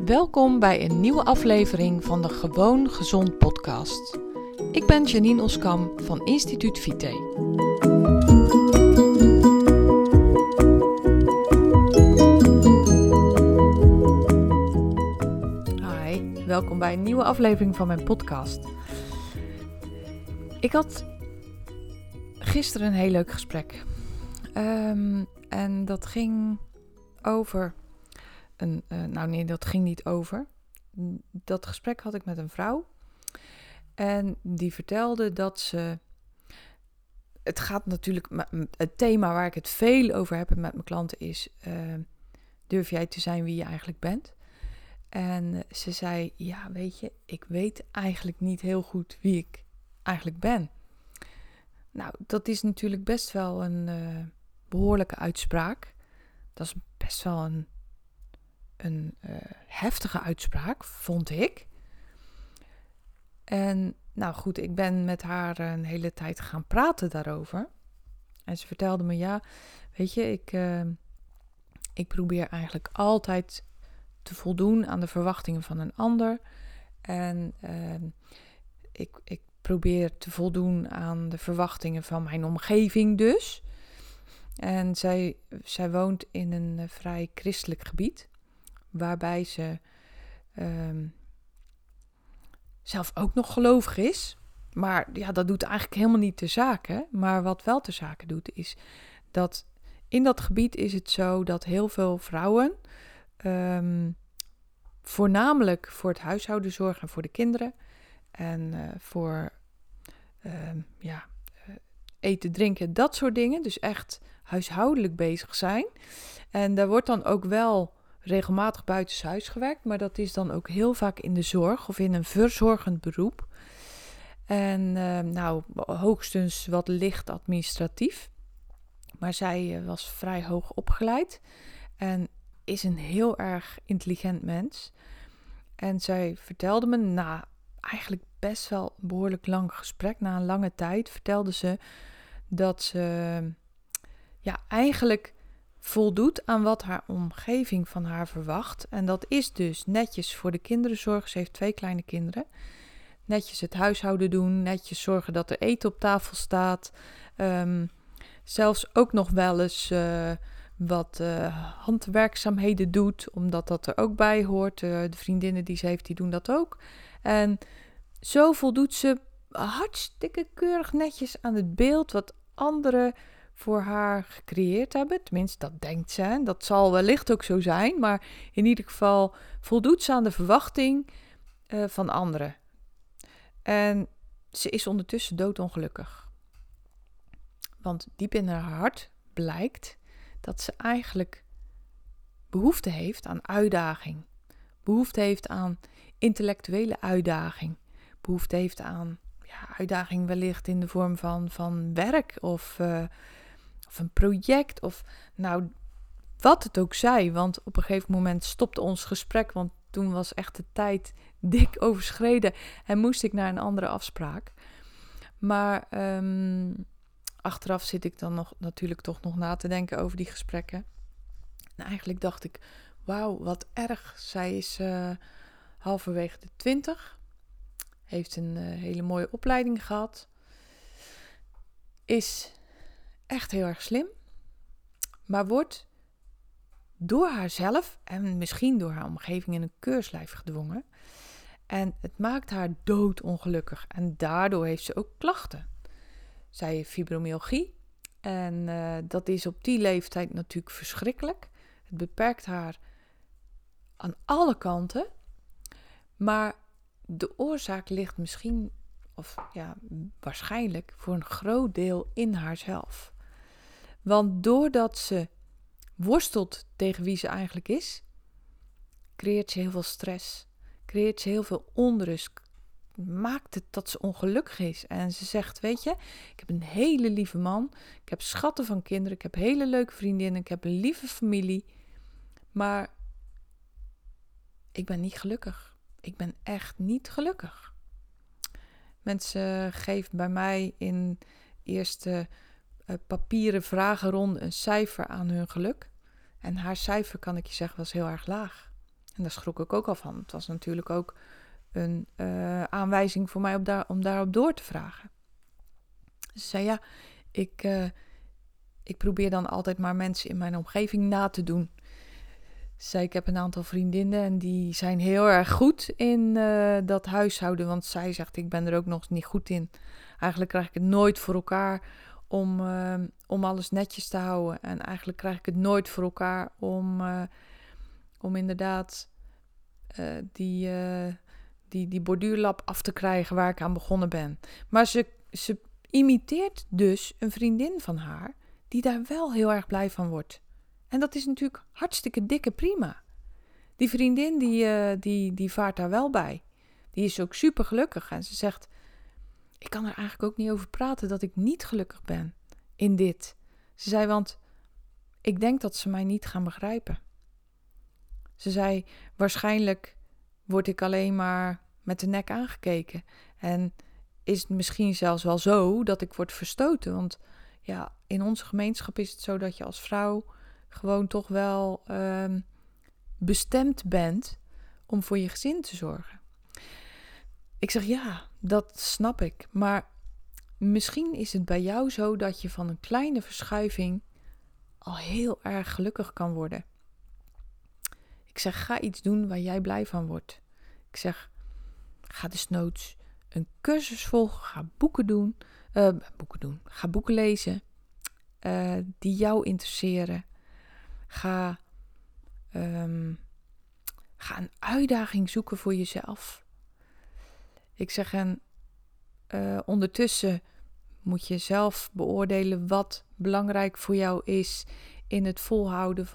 Welkom bij een nieuwe aflevering van de Gewoon Gezond podcast. Ik ben Janine Oskam van Instituut Vite. Hi, welkom bij een nieuwe aflevering van mijn podcast. Ik had gisteren een heel leuk gesprek. En dat ging over... dat ging niet over. Dat gesprek had ik met een vrouw. En die vertelde dat ze... Het gaat natuurlijk... Het thema waar ik het veel over heb met mijn klanten is... durf jij te zijn wie je eigenlijk bent? En ze zei... Ja, weet je, ik weet eigenlijk niet heel goed wie ik eigenlijk ben. Nou, dat is natuurlijk best wel een behoorlijke uitspraak. Dat is best wel een heftige uitspraak, vond ik. En nou goed, ik ben met haar een hele tijd gaan praten daarover. En ze vertelde me, ja, weet je, ik probeer eigenlijk altijd te voldoen aan de verwachtingen van een ander. En ik probeer te voldoen aan de verwachtingen van mijn omgeving dus. En zij woont in een vrij christelijk gebied. Waarbij ze zelf ook nog gelovig is. Maar ja, dat doet eigenlijk helemaal niet ter zake. Maar wat wel ter zake doet, is dat in dat gebied is het zo dat heel veel vrouwen voornamelijk voor het huishouden zorgen en voor de kinderen. En voor eten, drinken, dat soort dingen. Dus echt huishoudelijk bezig zijn. En daar wordt dan ook wel regelmatig buitenshuis gewerkt, maar dat is dan ook heel vaak in de zorg of in een verzorgend beroep. En hoogstens wat licht administratief. Maar zij was vrij hoog opgeleid en is een heel erg intelligent mens. En zij vertelde me na eigenlijk best wel een behoorlijk lang gesprek, na een lange tijd, vertelde ze dat ze eigenlijk voldoet aan wat haar omgeving van haar verwacht. En dat is dus netjes voor de kinderen zorgen. Ze heeft 2 kleine kinderen. Netjes het huishouden doen. Netjes zorgen dat er eten op tafel staat. Zelfs ook nog wel eens wat handwerkzaamheden doet. Omdat dat er ook bij hoort. De vriendinnen die ze heeft, die doen dat ook. En zo voldoet ze hartstikke keurig netjes aan het beeld wat anderen voor haar gecreëerd hebben. Tenminste, dat denkt ze. En dat zal wellicht ook zo zijn. Maar in ieder geval voldoet ze aan de verwachting van anderen. En ze is ondertussen doodongelukkig. Want diep in haar hart blijkt dat ze eigenlijk behoefte heeft aan uitdaging. Behoefte heeft aan intellectuele uitdaging. Behoefte heeft aan uitdaging wellicht in de vorm van werk of een project of nou wat het ook zij. Want op een gegeven moment stopte ons gesprek, want toen was echt de tijd dik overschreden en moest ik naar een andere afspraak. Maar achteraf zit ik dan natuurlijk toch nog na te denken over die gesprekken. En eigenlijk dacht ik, wauw, wat erg. Zij is halverwege de 20. Heeft een hele mooie opleiding gehad. Is echt heel erg slim. Maar wordt door haarzelf en misschien door haar omgeving in een keurslijf gedwongen. En het maakt haar doodongelukkig. En daardoor heeft ze ook klachten. Zij heeft fibromyalgie. En dat is op die leeftijd natuurlijk verschrikkelijk. Het beperkt haar aan alle kanten. Maar de oorzaak ligt misschien, waarschijnlijk voor een groot deel in haarzelf. Want doordat ze worstelt tegen wie ze eigenlijk is, creëert ze heel veel stress, creëert ze heel veel onrust, maakt het dat ze ongelukkig is. En ze zegt, weet je, ik heb een hele lieve man, ik heb schatten van kinderen, ik heb hele leuke vriendinnen, ik heb een lieve familie, maar ik ben niet gelukkig. Ik ben echt niet gelukkig. Mensen geven bij mij in eerste papieren vragenronde een cijfer aan hun geluk. En haar cijfer, kan ik je zeggen, was heel erg laag. En daar schrok ik ook al van. Het was natuurlijk ook een aanwijzing voor mij om daarop door te vragen. Ze zei, ja, ik probeer dan altijd maar mensen in mijn omgeving na te doen. Ze zei, ik heb een aantal vriendinnen en die zijn heel erg goed in dat huishouden. Want zij zegt, ik ben er ook nog niet goed in. Eigenlijk krijg ik het nooit voor elkaar om alles netjes te houden. En eigenlijk krijg ik het nooit voor elkaar om inderdaad die borduurlap af te krijgen waar ik aan begonnen ben. Maar ze imiteert dus een vriendin van haar die daar wel heel erg blij van wordt. En dat is natuurlijk hartstikke dikke prima. Die vriendin die vaart daar wel bij. Die is ook super gelukkig. En ze zegt, ik kan er eigenlijk ook niet over praten dat ik niet gelukkig ben in dit. Ze zei, want ik denk dat ze mij niet gaan begrijpen. Ze zei, waarschijnlijk word ik alleen maar met de nek aangekeken. En is het misschien zelfs wel zo dat ik word verstoten. Want ja, in onze gemeenschap is het zo dat je als vrouw gewoon toch wel bestemd bent om voor je gezin te zorgen. Ik zeg, ja, dat snap ik. Maar misschien is het bij jou zo dat je van een kleine verschuiving al heel erg gelukkig kan worden. Ik zeg, ga iets doen waar jij blij van wordt. Ik zeg, ga desnoods een cursus volgen, ga boeken doen. Ga boeken lezen die jou interesseren. Ga een uitdaging zoeken voor jezelf. Ik zeg, en ondertussen moet je zelf beoordelen wat belangrijk voor jou is in het volhouden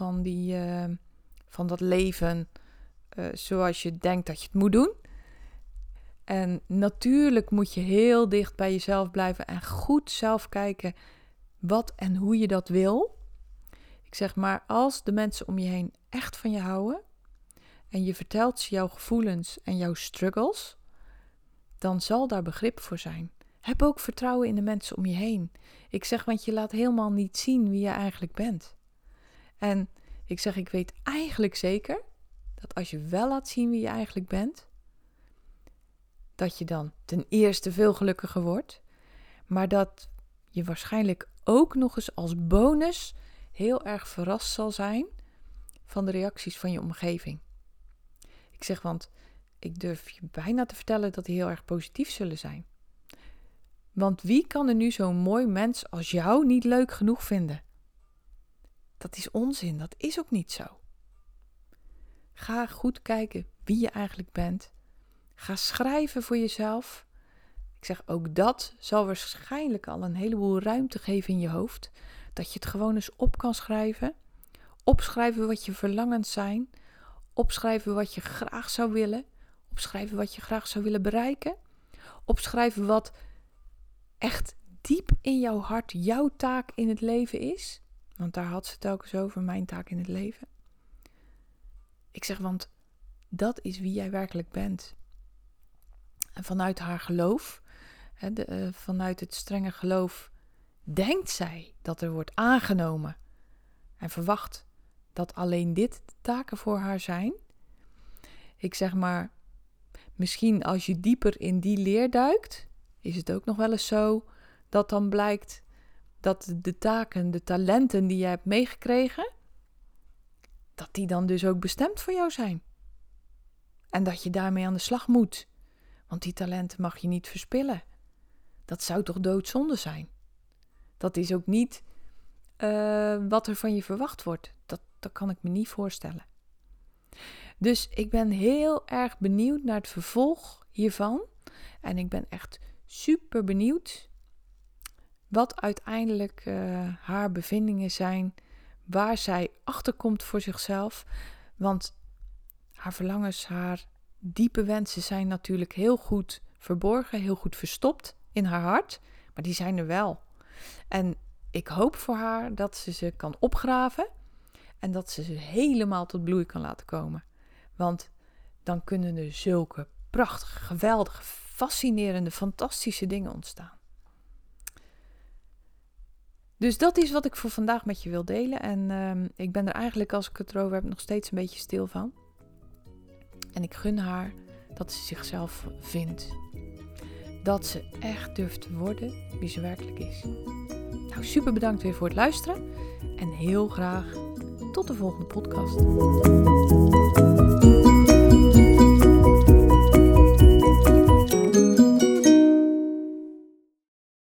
van dat leven zoals je denkt dat je het moet doen. En natuurlijk moet je heel dicht bij jezelf blijven en goed zelf kijken wat en hoe je dat wil. Ik zeg, maar als de mensen om je heen echt van je houden en je vertelt ze jouw gevoelens en jouw struggles, dan zal daar begrip voor zijn. Heb ook vertrouwen in de mensen om je heen. Ik zeg, want je laat helemaal niet zien wie je eigenlijk bent. En ik zeg, ik weet eigenlijk zeker dat als je wel laat zien wie je eigenlijk bent, dat je dan ten eerste veel gelukkiger wordt, maar dat je waarschijnlijk ook nog eens als bonus heel erg verrast zal zijn van de reacties van je omgeving. Ik zeg, want ik durf je bijna te vertellen dat die heel erg positief zullen zijn. Want wie kan er nu zo'n mooi mens als jou niet leuk genoeg vinden? Dat is onzin, dat is ook niet zo. Ga goed kijken wie je eigenlijk bent. Ga schrijven voor jezelf. Ik zeg, ook dat zal waarschijnlijk al een heleboel ruimte geven in je hoofd. Dat je het gewoon eens op kan schrijven. Opschrijven wat je verlangens zijn. Opschrijven wat je graag zou willen. Opschrijven wat je graag zou willen bereiken. Opschrijven wat echt diep in jouw hart jouw taak in het leven is. Want daar had ze het telkens over, mijn taak in het leven. Ik zeg, want dat is wie jij werkelijk bent. En vanuit haar geloof, vanuit het strenge geloof, denkt zij dat er wordt aangenomen. En verwacht dat alleen dit de taken voor haar zijn. Ik zeg maar, misschien als je dieper in die leer duikt, is het ook nog wel eens zo dat dan blijkt dat de taken, de talenten die je hebt meegekregen, dat die dan dus ook bestemd voor jou zijn. En dat je daarmee aan de slag moet. Want die talenten mag je niet verspillen. Dat zou toch doodzonde zijn? Dat is ook niet wat er van je verwacht wordt. Dat kan ik me niet voorstellen. Dus ik ben heel erg benieuwd naar het vervolg hiervan. En ik ben echt super benieuwd wat uiteindelijk haar bevindingen zijn. Waar zij achterkomt voor zichzelf. Want haar verlangens, haar diepe wensen zijn natuurlijk heel goed verborgen, heel goed verstopt in haar hart. Maar die zijn er wel. En ik hoop voor haar dat ze kan opgraven en dat ze helemaal tot bloei kan laten komen. Want dan kunnen er zulke prachtige, geweldige, fascinerende, fantastische dingen ontstaan. Dus dat is wat ik voor vandaag met je wil delen. En ik ben er eigenlijk, als ik het erover heb, nog steeds een beetje stil van. En ik gun haar dat ze zichzelf vindt. Dat ze echt durft te worden wie ze werkelijk is. Nou, super bedankt weer voor het luisteren. En heel graag tot de volgende podcast.